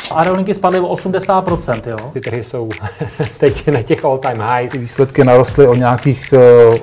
Aerolinky spadly o 80%, jo? Ty trhy jsou teď na těch all-time highs. Výsledky narostly o nějakých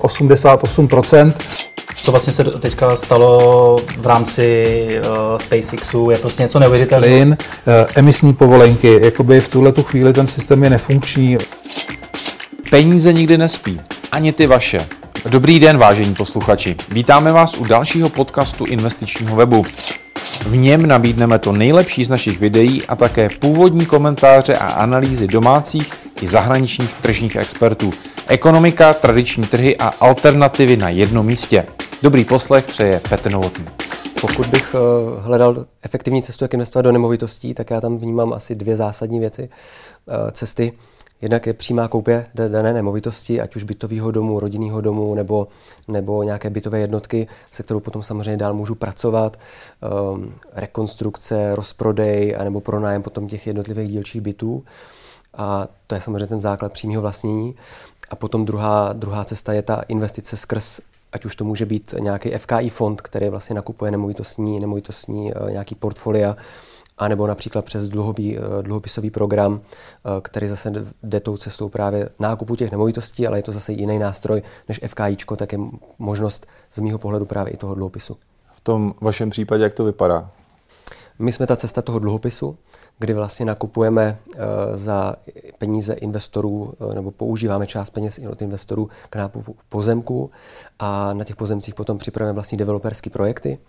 88%. Co vlastně se teďka stalo v rámci SpaceXu, je prostě něco neuvěřitelného. Plyn, emisní povolenky, jakoby v tuhletu chvíli ten systém je nefunkční. Peníze nikdy nespí, ani ty vaše. Dobrý den, vážení posluchači. Vítáme vás u dalšího podcastu investičního webu. V něm nabídneme to nejlepší z našich videí a také původní komentáře a analýzy domácích i zahraničních tržních expertů. Ekonomika, tradiční trhy a alternativy na jednom místě. Dobrý poslech přeje Petr Novotný. Pokud bych hledal efektivní cestu, jak investovat do nemovitostí, tak já tam vnímám asi dvě zásadní věci. Cesty. Jednak je přímá koupě dané nemovitosti, ať už bytového domu, rodinného domu nebo nějaké bytové jednotky, se kterou potom samozřejmě dál můžu pracovat, rekonstrukce, rozprodej anebo pronájem potom těch jednotlivých dílčích bytů. A to je samozřejmě ten základ přímého vlastnění. A potom druhá cesta je ta investice skrz, ať už to může být nějaký FKI fond, který vlastně nakupuje nemovitostní nějaký portfolia, a nebo například přes dluhopisový program, který zase jde tou cestou právě nákupu těch nemovitostí, ale je to zase jiný nástroj než FKIčko, tak je možnost z mýho pohledu právě i toho dluhopisu. V tom vašem případě jak to vypadá? My jsme ta cesta toho dluhopisu, kdy vlastně nakupujeme za peníze investorů nebo používáme část peněz od investorů k nákupu pozemků a na těch pozemcích potom připravujeme vlastní developerské projekty.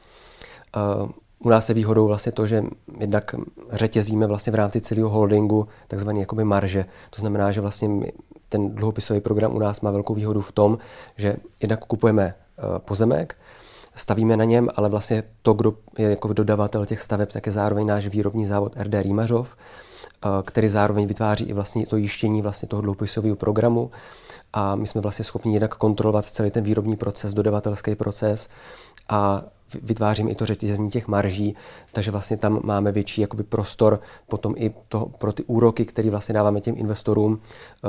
U nás je výhodou vlastně to, že jednak řetězíme vlastně v rámci celého holdingu takzvaný jakoby marže. To znamená, že vlastně ten dluhopisový program u nás má velkou výhodu v tom, že jednak kupujeme pozemek, stavíme na něm, ale vlastně to, kdo je jako dodavatel těch staveb, tak je zároveň náš výrobní závod RD Rýmařov, který zároveň vytváří i vlastně to jištění vlastně toho dluhopisového programu. A my jsme vlastně schopni jednak kontrolovat celý ten výrobní proces, dodavatelský proces a vytváříme i to řetězení těch marží, takže vlastně tam máme větší jakoby prostor potom i pro ty úroky, které vlastně dáváme těm investorům,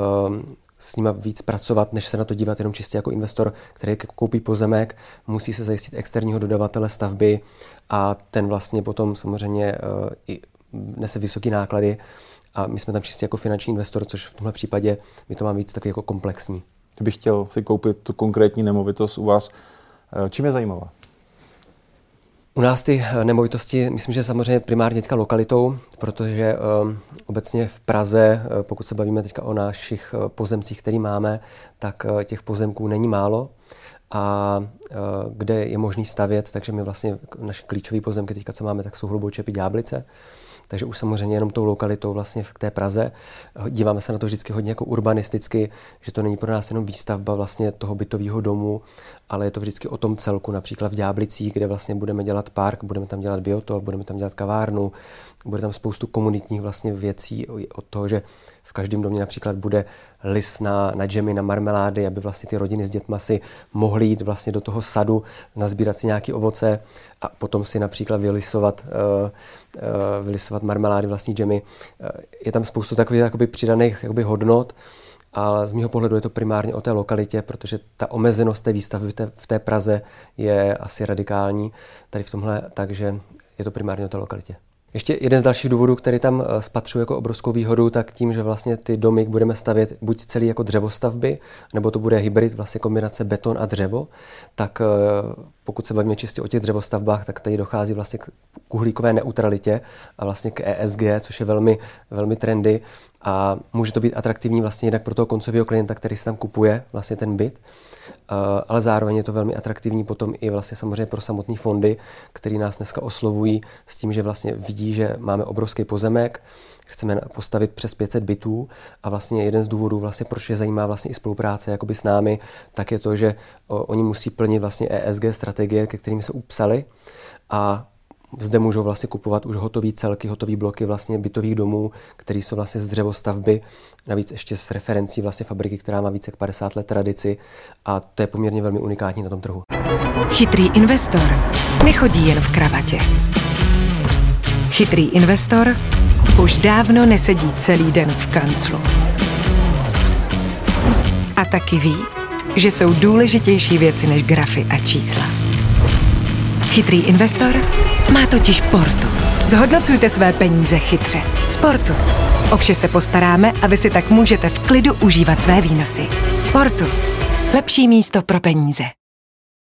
s nima víc pracovat, než se na to dívat jenom čistě jako investor, který koupí pozemek, musí se zajistit externího dodavatele stavby a ten vlastně potom samozřejmě i nese vysoké náklady a my jsme tam čistě jako finanční investor, což v tomhle případě my to máme víc takový jako komplexní. Kdybych chtěl si koupit tu konkrétní nemovitost u vás, čím je zajímavá? U nás ty nemovitosti, myslím, že samozřejmě primárně teďka lokalitou, protože obecně v Praze, pokud se bavíme teďka o našich pozemcích, který máme, tak těch pozemků není málo a kde je možný stavět, takže my vlastně naše klíčové pozemky teďka, co máme, tak jsou Hlubočepy, Ďáblice. Takže už samozřejmě jenom tou lokalitou vlastně v té Praze. Díváme se na to vždycky hodně jako urbanisticky, že to není pro nás jenom výstavba vlastně toho bytového domu, ale je to vždycky o tom celku, například v Ďáblicích, kde vlastně budeme dělat park, budeme tam dělat biotop, budeme tam dělat kavárnu, bude tam spoustu komunitních vlastně věcí od toho, že v každém domě například bude lis na džemy, na marmelády, aby vlastně ty rodiny s dětma si mohly jít vlastně do toho sadu, nazbírat si nějaké ovoce a potom si například vylisovat marmelády, vlastní džemy. Je tam spoustu takových jakoby přidaných jakoby hodnot, ale z mého pohledu je to primárně o té lokalitě, protože ta omezenost té výstavby v té Praze je asi radikální tady v tomhle, takže je to primárně o té lokalitě. Ještě jeden z dalších důvodů, který tam spatřuji jako obrovskou výhodu, tak tím, že vlastně ty domy budeme stavět buď celý jako dřevostavby, nebo to bude hybrid, vlastně kombinace beton a dřevo, tak pokud se bavíme čistě o těch dřevostavbách, tak tady dochází vlastně k uhlíkové neutralitě a vlastně k ESG, což je velmi, velmi trendy a může to být atraktivní vlastně jednak pro toho koncového klienta, který si tam kupuje vlastně ten byt, ale zároveň je to velmi atraktivní potom i vlastně samozřejmě pro samotné fondy, který nás dneska oslovují s tím, že vlastně vidí, že máme obrovský pozemek, chceme postavit přes 500 bytů a vlastně jeden z důvodů, vlastně, proč je zajímá vlastně i spolupráce jakoby s námi, tak je to, že oni musí plnit vlastně ESG strategie, ke kterým se upsali a zde můžou vlastně kupovat už hotový celky, hotový bloky vlastně bytových domů, které jsou vlastně z dřevostavby, navíc ještě s referencí vlastně fabriky, která má více jak 50 let tradici a to je poměrně velmi unikátní na tom trhu. Chytrý investor nechodí jen v kravatě. Chytrý investor už dávno nesedí celý den v kanclu. A taky ví, že jsou důležitější věci než grafy a čísla. Chytrý investor má totiž portu Zhodnocujte své peníze chytře. Sportu. O vše se postaráme a vy si tak můžete v klidu užívat své výnosy. Sportu. Lepší místo pro peníze.